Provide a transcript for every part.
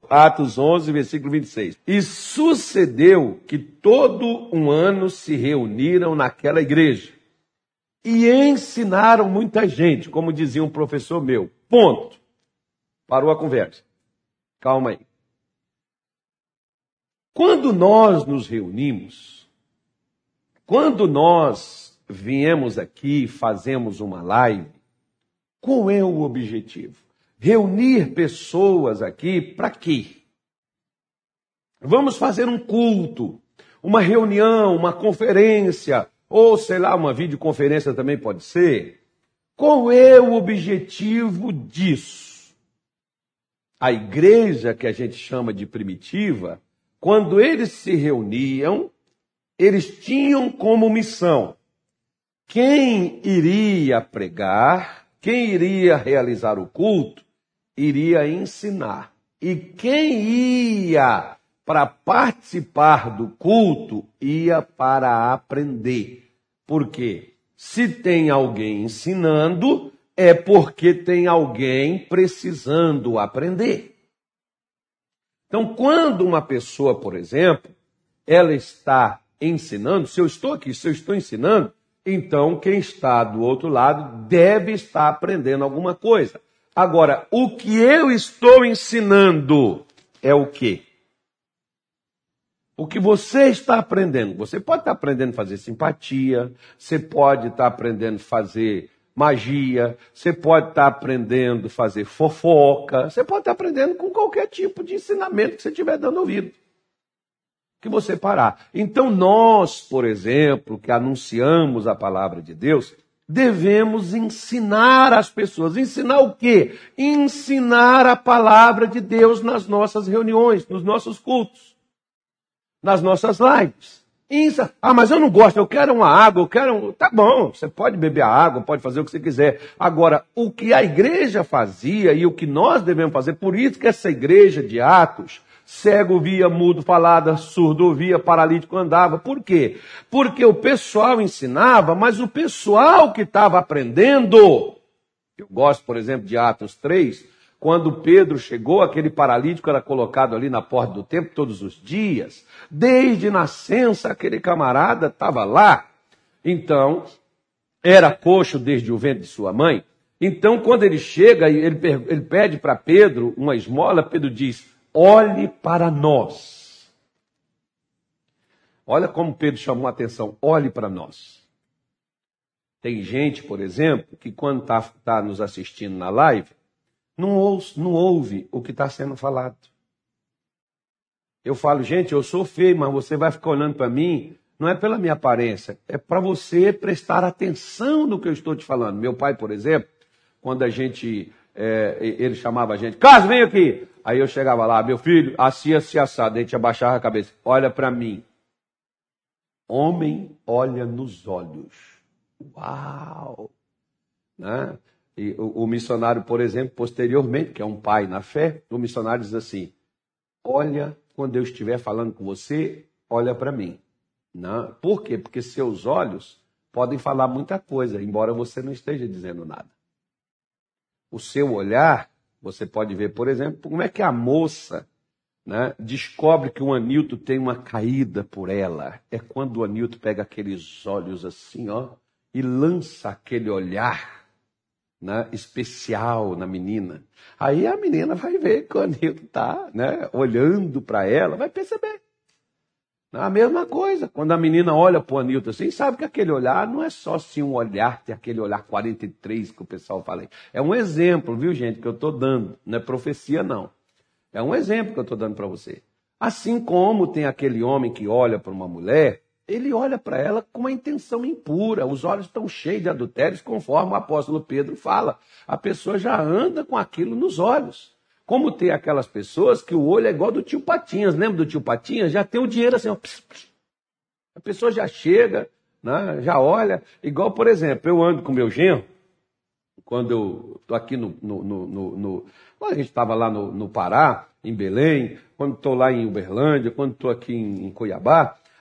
Atos 11, versículo 26. E sucedeu que todo um ano se reuniram naquela igreja e ensinaram muita gente, como dizia um professor meu. Ponto. Parou a conversa. Calma aí. Quando nós nos reunimos, quando nós viemos aqui, fazemos uma live, qual é o objetivo? Reunir pessoas aqui para quê? Vamos fazer um culto, uma reunião, uma conferência, ou sei lá, uma videoconferência também pode ser. Qual é o objetivo disso? A igreja, que a gente chama de primitiva, quando eles se reuniam, eles tinham como missão quem iria pregar, quem iria realizar o culto, iria ensinar. E quem ia para participar do culto, ia para aprender. Por quê? Se tem alguém ensinando, é porque tem alguém precisando aprender. Então, quando uma pessoa, por exemplo, ela está ensinando, se eu estou aqui, se eu estou ensinando, então quem está do outro lado deve estar aprendendo alguma coisa. Agora, o que eu estou ensinando é o quê? O que você está aprendendo? Você pode estar aprendendo a fazer simpatia, você pode estar aprendendo a fazer magia, você pode estar aprendendo a fazer fofoca, você pode estar aprendendo com qualquer tipo de ensinamento que você estiver dando ouvido. Que você parar. Então nós, por exemplo, que anunciamos a palavra de Deus, devemos ensinar as pessoas. Ensinar o quê? Ensinar a palavra de Deus nas nossas reuniões, nos nossos cultos, nas nossas lives. Mas eu não gosto, eu quero uma água, Tá bom, você pode beber a água, pode fazer o que você quiser. Agora, o que a igreja fazia e o que nós devemos fazer, por isso que essa igreja de Atos, cego via, mudo falava, surdo ouvia, paralítico andava. Por quê? Porque o pessoal ensinava, mas o pessoal que estava aprendendo... Eu gosto, por exemplo, de Atos 3, quando Pedro chegou, aquele paralítico era colocado ali na porta do templo todos os dias. Desde nascença, aquele camarada estava lá. Então, era coxo desde o ventre de sua mãe. Então, quando ele chega, ele pede para Pedro uma esmola, Pedro diz, olhe para nós. Olha como Pedro chamou a atenção, olhe para nós. Tem gente, por exemplo, que quando está nos assistindo na live, não ouve o que está sendo falado. Eu falo, gente, eu sou feio, mas você vai ficar olhando para mim, não é pela minha aparência, é para você prestar atenção no que eu estou te falando. Meu pai, por exemplo, quando ele chamava a gente, Carlos, vem aqui. Aí eu chegava lá, meu filho, assim assado, a gente abaixava a cabeça, olha para mim. Homem olha nos olhos. Uau! Né? E o missionário, por exemplo, posteriormente, que é um pai na fé, o missionário diz assim, olha, quando eu estiver falando com você, olha para mim. Não. Por quê? Porque seus olhos podem falar muita coisa, embora você não esteja dizendo nada. O seu olhar, você pode ver, por exemplo, como é que a moça, né, descobre que o Anilton tem uma caída por ela. É quando o Anilton pega aqueles olhos assim, ó, e lança aquele olhar, né, especial na menina. Aí a menina vai ver que o Anilton está, né, olhando para ela, vai perceber. A mesma coisa, quando a menina olha para o Anilton assim, sabe que aquele olhar não é só assim um olhar, tem aquele olhar 43 que o pessoal fala aí. É um exemplo, viu gente, que eu estou dando, não é profecia não. É um exemplo que eu estou dando para você. Assim como tem aquele homem que olha para uma mulher, ele olha para ela com uma intenção impura, os olhos estão cheios de adultérios, conforme o apóstolo Pedro fala. A pessoa já anda com aquilo nos olhos. Como tem aquelas pessoas que o olho é igual do tio Patinhas, lembra do tio Patinhas? Já tem o dinheiro assim, ó, pss, pss. A pessoa já chega, né, já olha. Igual, por exemplo, eu ando com meu genro, quando eu estou aqui quando a gente estava lá no Pará, em Belém, quando estou lá em Uberlândia, quando estou aqui em Cuiabá,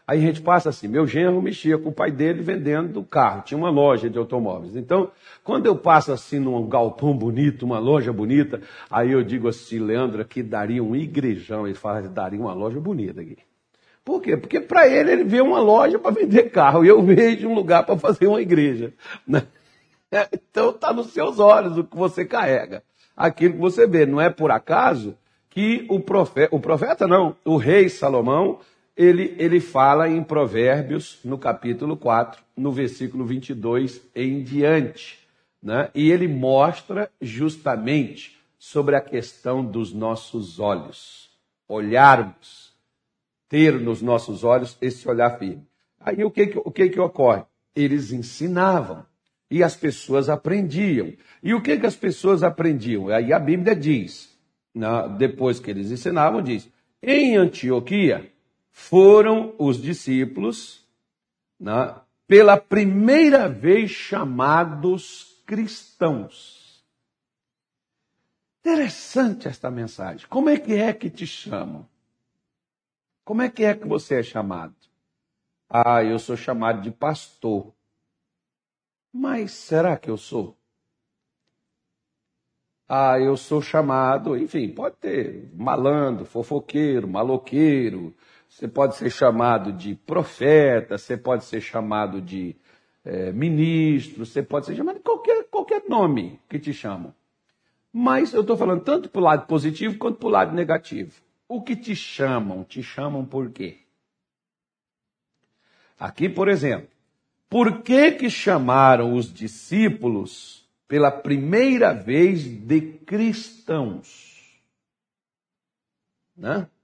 Aí a gente passa assim, meu genro mexia com o pai dele vendendo carro, tinha uma loja de automóveis. Então, quando eu passo assim num galpão bonito, uma loja bonita, aí eu digo assim, Leandro, aqui daria um igrejão. Ele fala, daria uma loja bonita aqui. Por quê? Porque para ele vê uma loja para vender carro e eu vejo um lugar para fazer uma igreja. Né? Então está nos seus olhos o que você carrega, aquilo que você vê. Não é por acaso que o rei Salomão, ele fala em Provérbios, no capítulo 4, no versículo 22 em diante. Né? E ele mostra justamente sobre a questão dos nossos olhos. Olharmos, ter nos nossos olhos esse olhar firme. Aí o que ocorre? Eles ensinavam e as pessoas aprendiam. E o que as pessoas aprendiam? Aí a Bíblia diz, depois que eles ensinavam, diz, em Antioquia foram os discípulos, pela primeira vez chamados cristãos. Interessante esta mensagem. Como é que te chamam? Como é que você é chamado? Ah, eu sou chamado de pastor. Mas será que eu sou? Ah, eu sou chamado, enfim, pode ter malandro, fofoqueiro, maloqueiro, você pode ser chamado de profeta, você pode ser chamado de ministro, você pode ser chamado de qualquer nome que te chamam. Mas eu estou falando tanto para o lado positivo quanto para o lado negativo. O que te chamam por quê? Aqui, por exemplo, por que chamaram os discípulos pela primeira vez de cristãos? Né?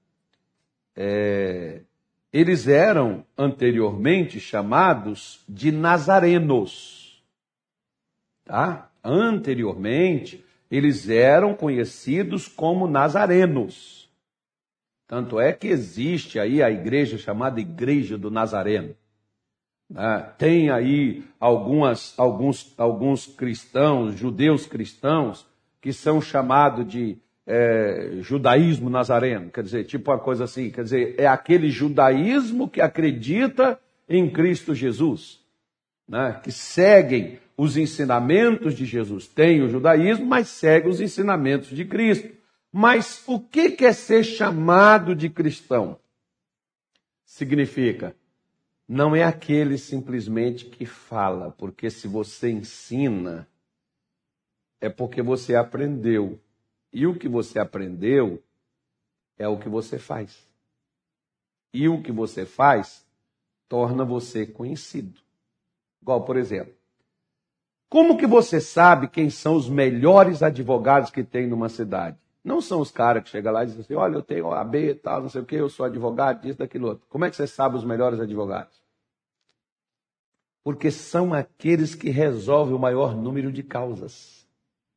Eles eram anteriormente chamados de nazarenos. Tá? Anteriormente, eles eram conhecidos como nazarenos. Tanto é que existe aí a igreja chamada Igreja do Nazareno. Tem aí alguns cristãos, judeus cristãos, que são chamados de judaísmo nazareno. Quer dizer, tipo uma coisa assim, quer dizer, é aquele judaísmo que acredita em Cristo Jesus, né? Que seguem os ensinamentos de Jesus. Tem o judaísmo, mas segue os ensinamentos de Cristo. Mas o que é ser chamado de cristão? Significa, não é aquele simplesmente que fala, porque se você ensina, é porque você aprendeu. E o que você aprendeu é o que você faz. E o que você faz torna você conhecido. Igual, por exemplo, como que você sabe quem são os melhores advogados que tem numa cidade? Não são os caras que chegam lá e dizem assim, olha, eu tenho OAB e tal, não sei o quê, eu sou advogado, disso, daquilo outro. Como é que você sabe os melhores advogados? Porque são aqueles que resolvem o maior número de causas.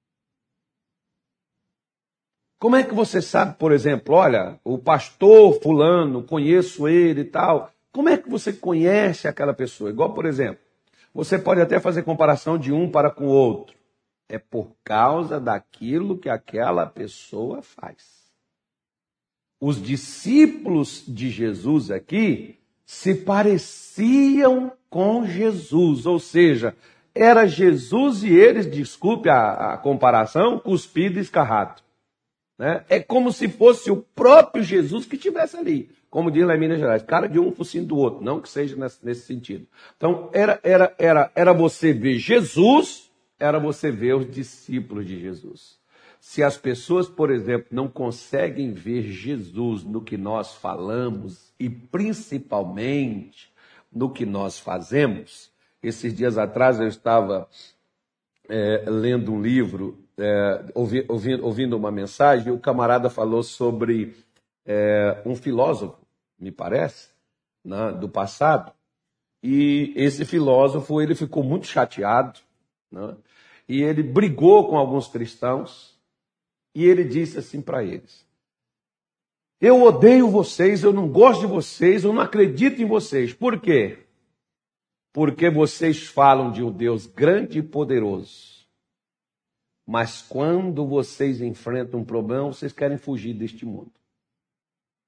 Como é que você sabe, por exemplo, olha, o pastor fulano, conheço ele e tal. Como é que você conhece aquela pessoa? Igual, por exemplo, você pode até fazer comparação de um para com o outro. É por causa daquilo que aquela pessoa faz. Os discípulos de Jesus aqui se pareciam com Jesus, ou seja, era Jesus e eles, desculpe a comparação, cuspido e escarrado. Né? É como se fosse o próprio Jesus que estivesse ali, como diz lá em Minas Gerais, cara de um focinho do outro, não que seja nesse sentido. Então, era você ver Jesus, era você ver os discípulos de Jesus. Se as pessoas, por exemplo, não conseguem ver Jesus no que nós falamos e principalmente no que nós fazemos, esses dias atrás eu estava lendo um livro, ouvindo uma mensagem, e o camarada falou sobre um filósofo, me parece, né, do passado, e esse filósofo ele ficou muito chateado, né, e ele brigou com alguns cristãos, e ele disse assim para eles, eu odeio vocês, eu não gosto de vocês, eu não acredito em vocês. Por quê? Porque vocês falam de um Deus grande e poderoso. Mas quando vocês enfrentam um problema, vocês querem fugir deste mundo.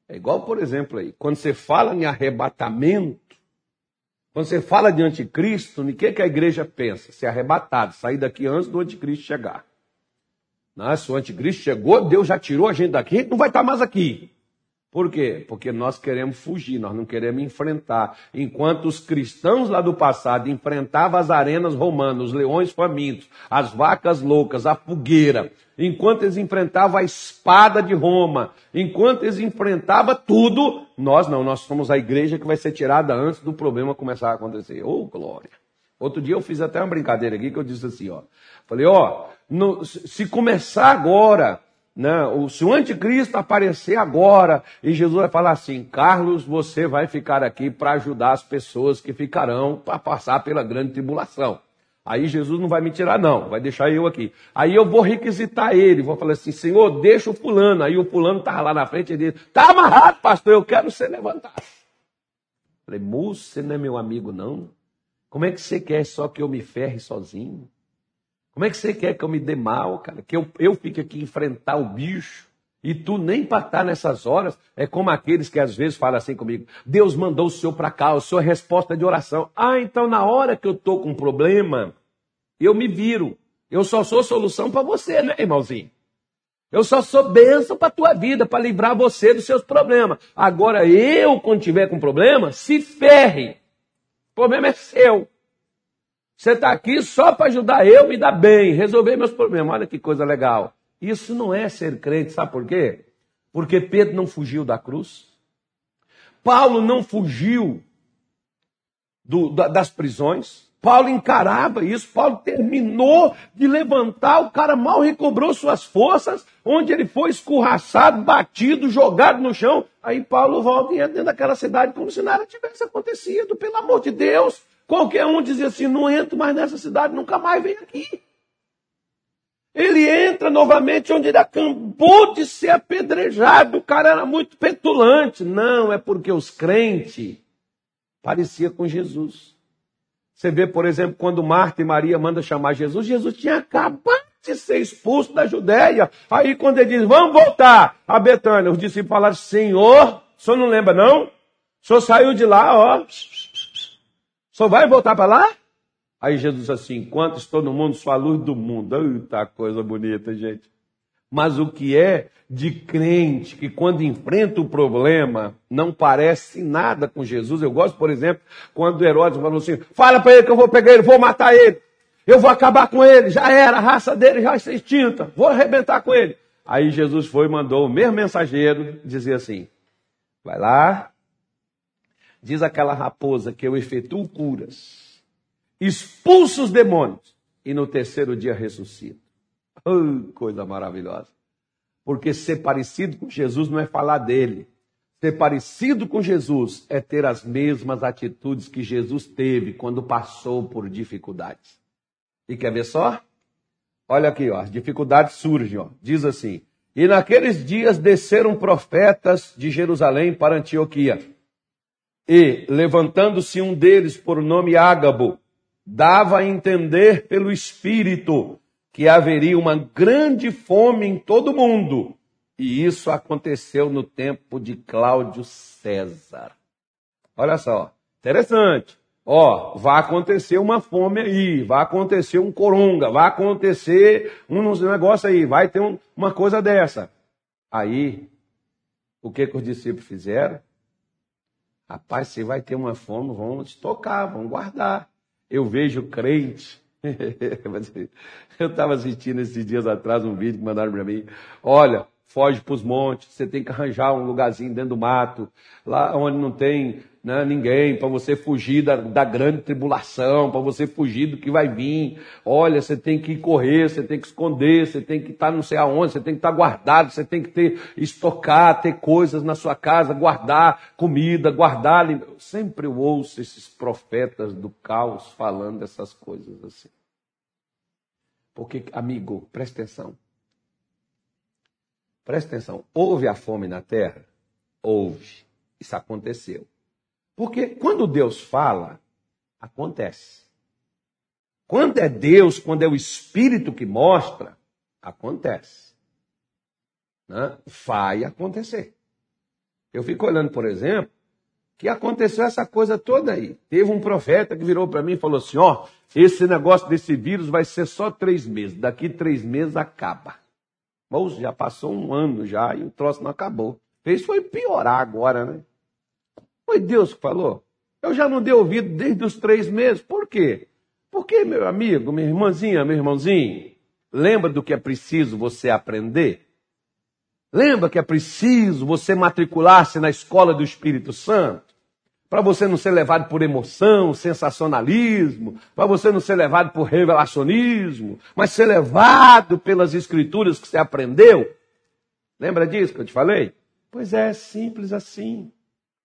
É igual, por exemplo, aí, quando você fala em arrebatamento, quando você fala de anticristo, o que a igreja pensa? Ser arrebatado, sair daqui antes do anticristo chegar. Não, se o anticristo chegou, Deus já tirou a gente daqui, a gente não vai estar mais aqui. Por quê? Porque nós queremos fugir, nós não queremos enfrentar. Enquanto os cristãos lá do passado enfrentavam as arenas romanas, os leões famintos, as vacas loucas, a fogueira, enquanto eles enfrentavam a espada de Roma, enquanto eles enfrentavam tudo, nós não, nós somos a igreja que vai ser tirada antes do problema começar a acontecer. Oh, glória! Outro dia eu fiz até uma brincadeira aqui que eu disse assim, falei, se começar agora, não, se o anticristo aparecer agora e Jesus vai falar assim, Carlos, você vai ficar aqui para ajudar as pessoas que ficarão para passar pela grande tribulação. Aí Jesus não vai me tirar não, vai deixar eu aqui. Aí eu vou requisitar ele, vou falar assim, Senhor, deixa o fulano. Aí o fulano estava lá na frente e disse, está amarrado, pastor, eu quero ser levantado. Falei, moço, você não é meu amigo não? Como é que você quer só que eu me ferre sozinho? Como é que você quer que eu me dê mal, cara? Que eu fique aqui enfrentar o bicho e tu nem para estar nessas horas. É como aqueles que às vezes falam assim comigo. Deus mandou o senhor para cá, o senhor é resposta de oração. Ah, então na hora que eu estou com um problema, eu me viro. Eu só sou solução para você, né, irmãozinho? Eu só sou bênção para a tua vida, para livrar você dos seus problemas. Agora eu, quando tiver com problema, se ferre. O problema é seu. Você está aqui só para ajudar eu me dar bem, resolver meus problemas. Olha que coisa legal. Isso não é ser crente, sabe por quê? Porque Pedro não fugiu da cruz. Paulo não fugiu das prisões. Paulo encarava isso. Paulo terminou de levantar, o cara mal recobrou suas forças, onde ele foi escorraçado, batido, jogado no chão. Aí Paulo volta e entra dentro daquela cidade como se nada tivesse acontecido. Pelo amor de Deus. Qualquer um dizia assim, não entro mais nessa cidade, nunca mais venho aqui. Ele entra novamente onde ele acabou de ser apedrejado. O cara era muito petulante. Não, é porque os crentes pareciam com Jesus. Você vê, por exemplo, quando Marta e Maria mandam chamar Jesus, Jesus tinha acabado de ser expulso da Judéia. Aí quando ele diz, vamos voltar a Betânia, os discípulos falaram, Senhor, o senhor não lembra não? O senhor saiu de lá, o senhor vai voltar para lá? Aí Jesus assim, enquanto estou no mundo, sou a luz do mundo. Eita, coisa bonita, gente. Mas o que é de crente que quando enfrenta o problema, não parece nada com Jesus. Eu gosto, por exemplo, quando Herodes falou assim, fala para ele que eu vou pegar ele, vou matar ele. Eu vou acabar com ele, já era, a raça dele já está extinta, vou arrebentar com ele. Aí Jesus foi e mandou o mesmo mensageiro dizer assim, vai lá, diz aquela raposa que eu efetuo curas, expulsa os demônios e no terceiro dia ressuscita. Coisa maravilhosa. Porque ser parecido com Jesus não é falar dele. Ser parecido com Jesus é ter as mesmas atitudes que Jesus teve quando passou por dificuldades. E quer ver só? Olha aqui, as dificuldades surgem. Diz assim, e naqueles dias desceram profetas de Jerusalém para Antioquia. E, levantando-se um deles por nome Ágabo, dava a entender pelo Espírito que haveria uma grande fome em todo o mundo. E isso aconteceu no tempo de Cláudio César. Olha só, interessante. Vai acontecer uma fome aí, vai acontecer um coronga, vai acontecer um negócio aí, vai ter uma coisa dessa. Aí, o que os discípulos fizeram? Rapaz, se vai ter uma fome, vamos estocar, vamos guardar. Eu vejo crente. Eu estava assistindo esses dias atrás um vídeo que mandaram para mim. Olha, foge para os montes, você tem que arranjar um lugarzinho dentro do mato, lá onde não tem ninguém, para você fugir da grande tribulação, para você fugir do que vai vir. Olha, você tem que correr, você tem que esconder, você tem que estar não sei aonde, você tem que estar guardado, você tem que estocar, ter coisas na sua casa, guardar comida, guardar. Sempre eu ouço esses profetas do caos falando essas coisas assim. Porque, amigo, presta atenção. Presta atenção. Houve a fome na terra? Houve. Isso aconteceu. Porque quando Deus fala, acontece. Quando é Deus, quando é o Espírito que mostra, acontece. Vai acontecer. Eu fico olhando, por exemplo, que aconteceu essa coisa toda aí. Teve um profeta que virou para mim e falou assim, ó, esse negócio desse vírus vai ser só 3 meses. Daqui 3 meses acaba. Moço, já passou um ano já e o troço não acabou. Fez foi piorar agora, né? Foi Deus que falou. Eu já não dei ouvido desde os 3 meses. Por quê? Porque, meu amigo, minha irmãzinha, meu irmãozinho, lembra do que é preciso você aprender? Lembra que é preciso você matricular-se na escola do Espírito Santo? Para você não ser levado por emoção, sensacionalismo, para você não ser levado por revelacionismo, mas ser levado pelas escrituras que você aprendeu. Lembra disso que eu te falei? Pois é simples assim.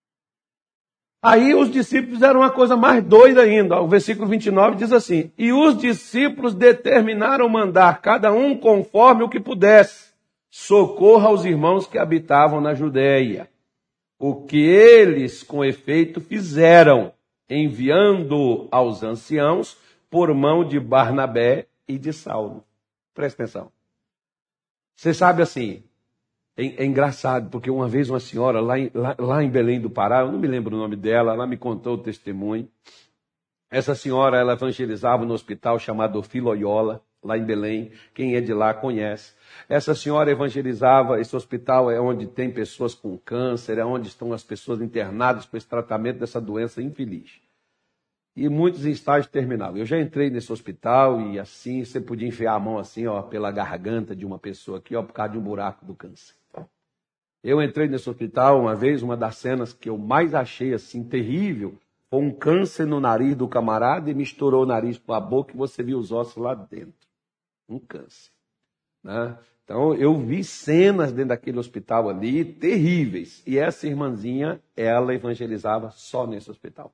Aí os discípulos fizeram uma coisa mais doida ainda. O versículo 29 diz assim, e os discípulos determinaram mandar cada um conforme o que pudesse socorro aos irmãos que habitavam na Judéia. O que eles, com efeito, fizeram, enviando aos anciãos por mão de Barnabé e de Saulo. Presta atenção. Você sabe assim, é engraçado, porque uma vez uma senhora lá em Belém do Pará, eu não me lembro o nome dela, ela me contou o testemunho. Essa senhora, ela evangelizava no hospital chamado Filoiola, lá em Belém. Quem é de lá conhece. Essa senhora evangelizava, esse hospital é onde tem pessoas com câncer, é onde estão as pessoas internadas com esse tratamento dessa doença infeliz. E muitos em estágio terminal. Eu já entrei nesse hospital e assim, você podia enfiar a mão assim, ó, pela garganta de uma pessoa aqui, ó, por causa de um buraco do câncer. Eu entrei nesse hospital uma vez, uma das cenas que eu mais achei assim terrível, foi um câncer no nariz do camarada e misturou o nariz com a boca e você viu os ossos lá dentro. Um câncer. Né? Então, eu vi cenas dentro daquele hospital ali terríveis. E essa irmãzinha, ela evangelizava só nesse hospital.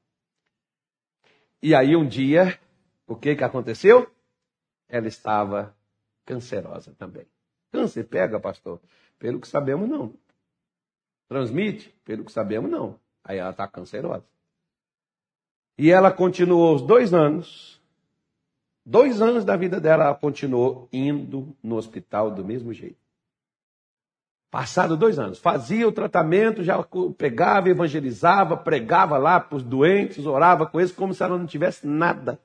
E aí, um dia, o que aconteceu? Ela estava cancerosa também. Câncer pega, pastor? Pelo que sabemos, não. Transmite? Pelo que sabemos, não. Aí ela está cancerosa. E ela continuou os 2 anos. 2 anos da vida dela, ela continuou indo no hospital do mesmo jeito. Passado 2 anos, fazia o tratamento, já pegava, evangelizava, pregava lá para os doentes, orava com eles como se ela não tivesse nada.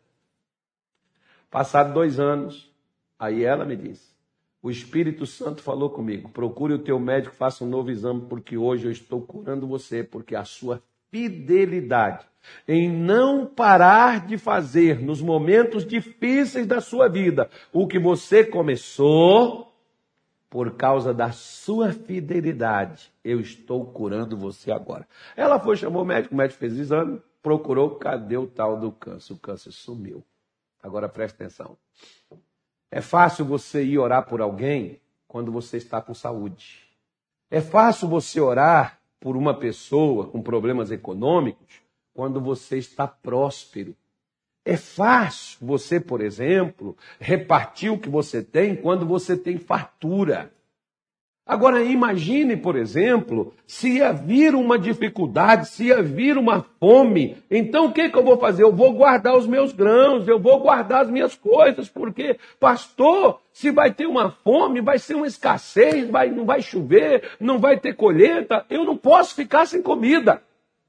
Passado 2 anos, aí ela me disse, o Espírito Santo falou comigo, procure o teu médico, faça um novo exame, porque hoje eu estou curando você, porque a sua fidelidade em não parar de fazer nos momentos difíceis da sua vida o que você começou, por causa da sua fidelidade, eu estou curando você agora. Ela foi, chamou o médico fez o exame, procurou, cadê o tal do câncer? O câncer sumiu. Agora presta atenção. É fácil você ir orar por alguém quando você está com saúde. É fácil você orar por uma pessoa com problemas econômicos quando você está próspero. É fácil você, por exemplo, repartir o que você tem quando você tem fartura. Agora, imagine, por exemplo, se ia vir uma dificuldade, se ia vir uma fome, então o que eu vou fazer? Eu vou guardar os meus grãos, eu vou guardar as minhas coisas, porque, pastor, se vai ter uma fome, vai ser uma escassez, não vai chover, não vai ter colheita, eu não posso ficar sem comida.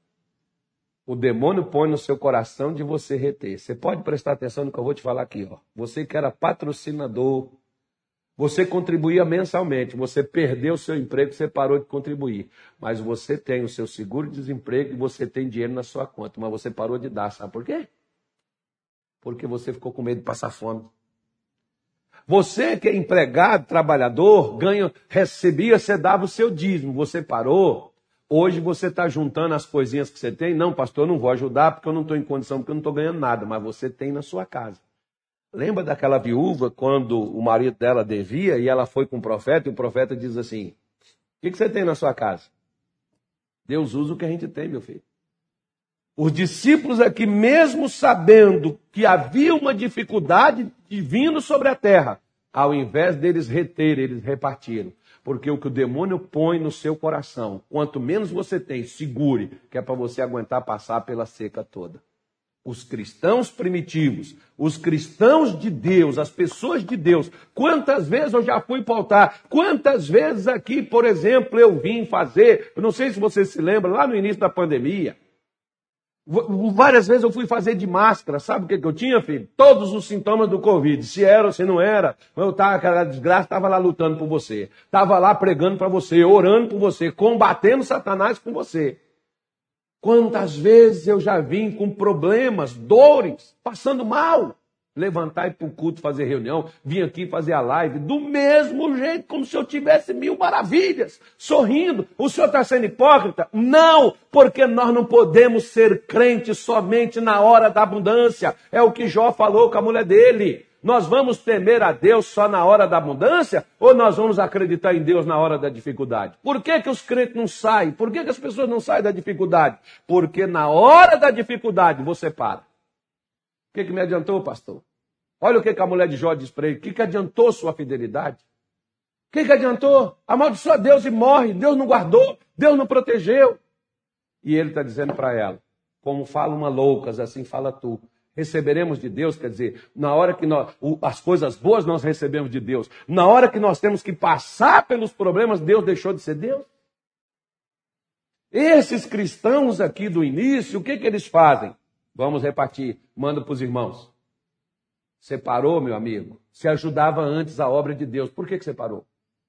O demônio põe no seu coração de você reter. Você pode prestar atenção no que eu vou te falar aqui. Ó. Você que era patrocinador, você contribuía mensalmente, você perdeu o seu emprego, você parou de contribuir. Mas você tem o seu seguro-desemprego e você tem dinheiro na sua conta, mas você parou de dar. Sabe por quê? Porque você ficou com medo de passar fome. Você que é empregado, trabalhador, recebia, você dava o seu dízimo, você parou. Hoje você está juntando as coisinhas que você tem. Não, pastor, eu não vou ajudar porque eu não estou em condição, porque eu não estou ganhando nada. Mas você tem na sua casa. Lembra daquela viúva quando o marido dela devia e ela foi com o profeta e o profeta diz assim, o que você tem na sua casa? Deus usa o que a gente tem, meu filho. Os discípulos aqui, mesmo sabendo que havia uma dificuldade vindo sobre a terra, ao invés deles reterem, eles repartiram. Porque o que o demônio põe no seu coração, quanto menos você tem, segure, que é para você aguentar passar pela seca toda. Os cristãos primitivos, os cristãos de Deus, as pessoas de Deus. Quantas vezes eu já fui para o altar? Quantas vezes aqui, por exemplo, eu vim fazer, eu não sei se você se lembra, lá no início da pandemia, várias vezes eu fui fazer de máscara. Sabe o que eu tinha, filho? Todos os sintomas do Covid. Se era ou se não era, eu estava, aquela desgraça, estava lá lutando por você. Estava lá pregando para você, orando por você, combatendo Satanás com você. Quantas vezes eu já vim com problemas, dores, passando mal. Levantar e ir para o culto fazer reunião, vim aqui fazer a live, do mesmo jeito, como se eu tivesse 1000 maravilhas, sorrindo. O senhor está sendo hipócrita? Não, porque nós não podemos ser crentes somente na hora da abundância. É o que Jó falou com a mulher dele. Nós vamos temer a Deus só na hora da abundância ou nós vamos acreditar em Deus na hora da dificuldade? Por que os crentes não saem? Por que as pessoas não saem da dificuldade? Porque na hora da dificuldade você para. O que me adiantou, pastor? Olha o que a mulher de Jó diz para ele. O que adiantou sua fidelidade? O que adiantou? Amaldiçoa Deus e morre. Deus não guardou. Deus não protegeu. E ele está dizendo para ela, como fala uma loucas, assim fala tu. Receberemos de Deus, quer dizer, na hora que as coisas boas nós recebemos de Deus. Na hora que nós temos que passar pelos problemas, Deus deixou de ser Deus? Esses cristãos aqui do início, o que eles fazem? Vamos repartir, manda para os irmãos. Separou, meu amigo? Se ajudava antes a obra de Deus. Por que separou?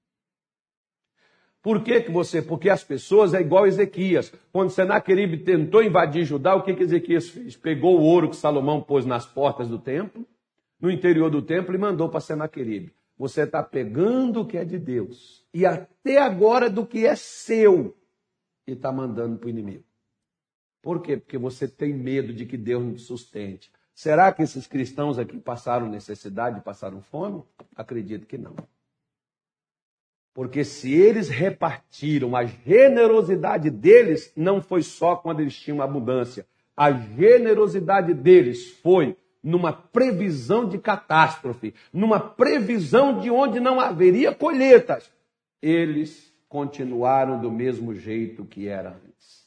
Por que você? Porque as pessoas é igual a Ezequias. Quando Senaqueribe tentou invadir Judá, o que Ezequias fez? Pegou o ouro que Salomão pôs nas portas do templo, no interior do templo, e mandou para Senaqueribe. Você está pegando o que é de Deus, e até agora do que é seu, e está mandando para o inimigo. Por quê? Porque você tem medo de que Deus nos sustente. Será que esses cristãos aqui passaram necessidade, passaram fome? Acredito que não. Porque se eles repartiram, a generosidade deles não foi só quando eles tinham abundância. A generosidade deles foi numa previsão de catástrofe, numa previsão de onde não haveria colheitas. Eles continuaram do mesmo jeito que era antes.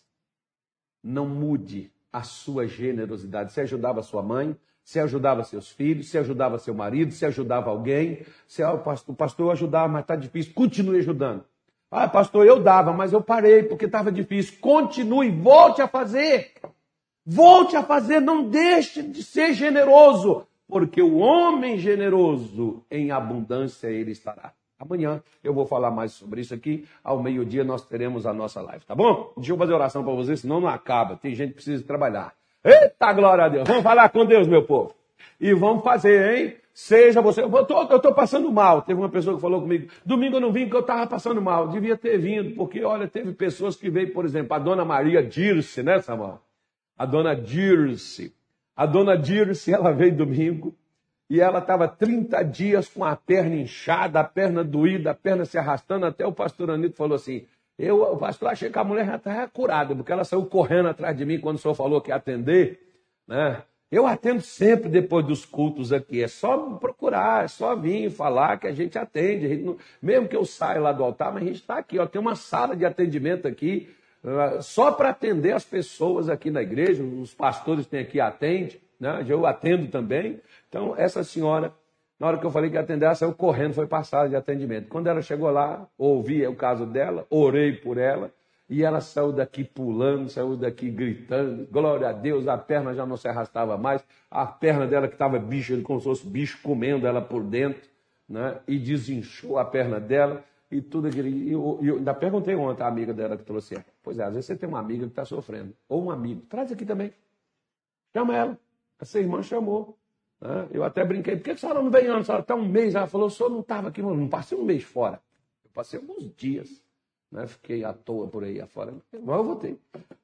Não mude a sua generosidade. Você ajudava sua mãe, você ajudava seus filhos, você ajudava seu marido, você ajudava alguém. Você, pastor, eu ajudava, mas está difícil. Continue ajudando. Ah, pastor, eu dava, mas eu parei porque estava difícil. Continue, volte a fazer. Volte a fazer, não deixe de ser generoso. Porque o homem generoso, em abundância ele estará. Amanhã eu vou falar mais sobre isso aqui. Ao meio-dia nós teremos a nossa live, tá bom? Deixa eu fazer oração para vocês, senão não acaba. Tem gente que precisa trabalhar. Eita, glória a Deus. Vamos falar com Deus, meu povo. E vamos fazer, hein? Seja você... Eu estou passando mal. Teve uma pessoa que falou comigo, domingo eu não vim porque eu estava passando mal. Devia ter vindo, porque, olha, teve pessoas que veio, por exemplo, a dona Maria Dirce, né, Samuel? A dona Dirce. A dona Dirce, ela veio domingo. E ela estava 30 dias com a perna inchada, a perna doída, a perna se arrastando. Até o pastor Anito falou assim, o pastor, achei que a mulher já estava curada, porque ela saiu correndo atrás de mim quando o senhor falou que ia atender. Né? Eu atendo sempre depois dos cultos aqui. É só procurar, é só vir falar que a gente atende. A gente não, mesmo que eu saia lá do altar, mas a gente está aqui. Ó, tem uma sala de atendimento aqui, só para atender as pessoas aqui na igreja. Os pastores têm aqui, atende. Né? Eu atendo também. Então, essa senhora, na hora que eu falei que ia atender, ela saiu correndo, foi para a sala de atendimento. Quando ela chegou lá, ouvi o caso dela, orei por ela, e ela saiu daqui pulando, saiu daqui gritando, glória a Deus, a perna já não se arrastava mais, a perna dela que estava bicho, como se fosse bicho comendo ela por dentro, né? E desinchou a perna dela, e tudo aquilo. E eu ainda perguntei ontem à amiga dela que trouxe ela. Pois é, às vezes você tem uma amiga que está sofrendo, ou um amigo, traz aqui também. Chama ela. Essa irmã chamou. Eu até brinquei, por que a senhora não veio antes? Está um mês. Ela falou, o senhor não estava aqui, não passei um mês fora. Eu passei alguns dias. Né? Fiquei à toa por aí afora. Mas eu voltei.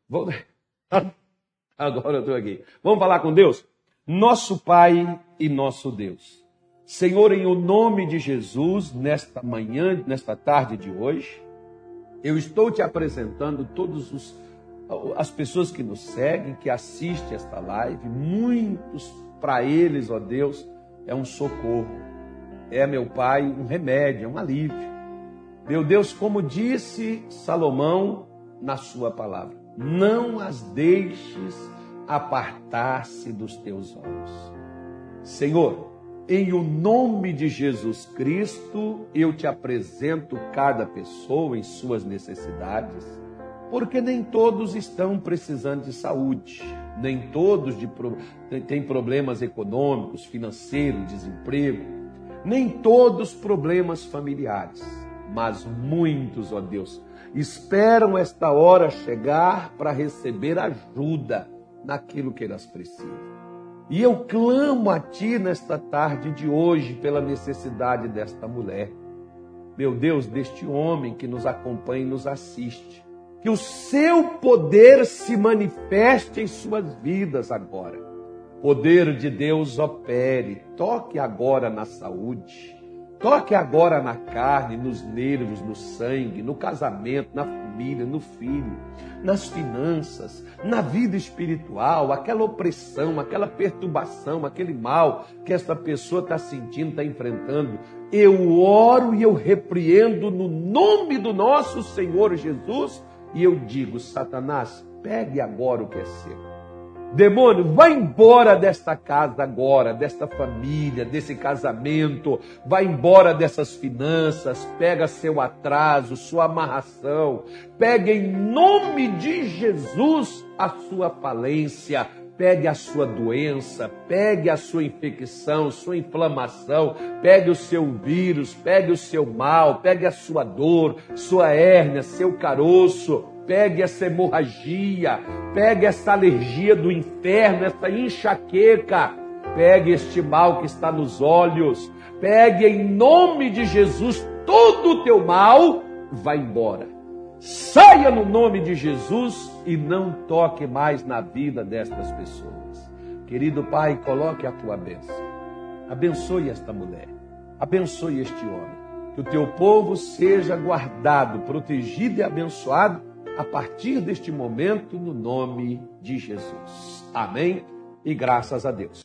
Agora eu estou aqui. Vamos falar com Deus? Nosso Pai e nosso Deus. Senhor, em o nome de Jesus, nesta manhã, nesta tarde de hoje, eu estou te apresentando todas as pessoas que nos seguem, que assistem esta live, muitos para eles, ó Deus, é um socorro, é, meu Pai, um remédio, é um alívio. Meu Deus, como disse Salomão na sua palavra, não as deixes apartar-se dos teus olhos. Senhor, em o nome de Jesus Cristo, eu te apresento cada pessoa em suas necessidades, porque nem todos estão precisando de saúde, nem todos têm problemas econômicos, financeiros, desemprego, nem todos problemas familiares, mas muitos, ó Deus, esperam esta hora chegar para receber ajuda naquilo que elas precisam. E eu clamo a Ti nesta tarde de hoje pela necessidade desta mulher. Meu Deus, deste homem que nos acompanha e nos assiste. Que o Seu poder se manifeste em suas vidas agora. Poder de Deus opere, toque agora na saúde, toque agora na carne, nos nervos, no sangue, no casamento, na família, no filho, nas finanças, na vida espiritual, aquela opressão, aquela perturbação, aquele mal que essa pessoa está sentindo, está enfrentando. Eu oro e eu repreendo no nome do nosso Senhor Jesus e eu digo, Satanás, pegue agora o que é seu. Demônio, vai embora desta casa agora, desta família, desse casamento, vai embora dessas finanças, pega seu atraso, sua amarração, pega em nome de Jesus a sua falência, pegue a sua doença, pegue a sua infecção, sua inflamação, pegue o seu vírus, pegue o seu mal, pegue a sua dor, sua hérnia, seu caroço, pegue essa hemorragia, pegue essa alergia do inferno, essa enxaqueca, pegue este mal que está nos olhos, pegue em nome de Jesus todo o teu mal, vai embora. Saia no nome de Jesus e não toque mais na vida destas pessoas. Querido Pai, coloque a tua bênção. Abençoe esta mulher, abençoe este homem. Que o teu povo seja guardado, protegido e abençoado a partir deste momento, no nome de Jesus. Amém? E graças a Deus.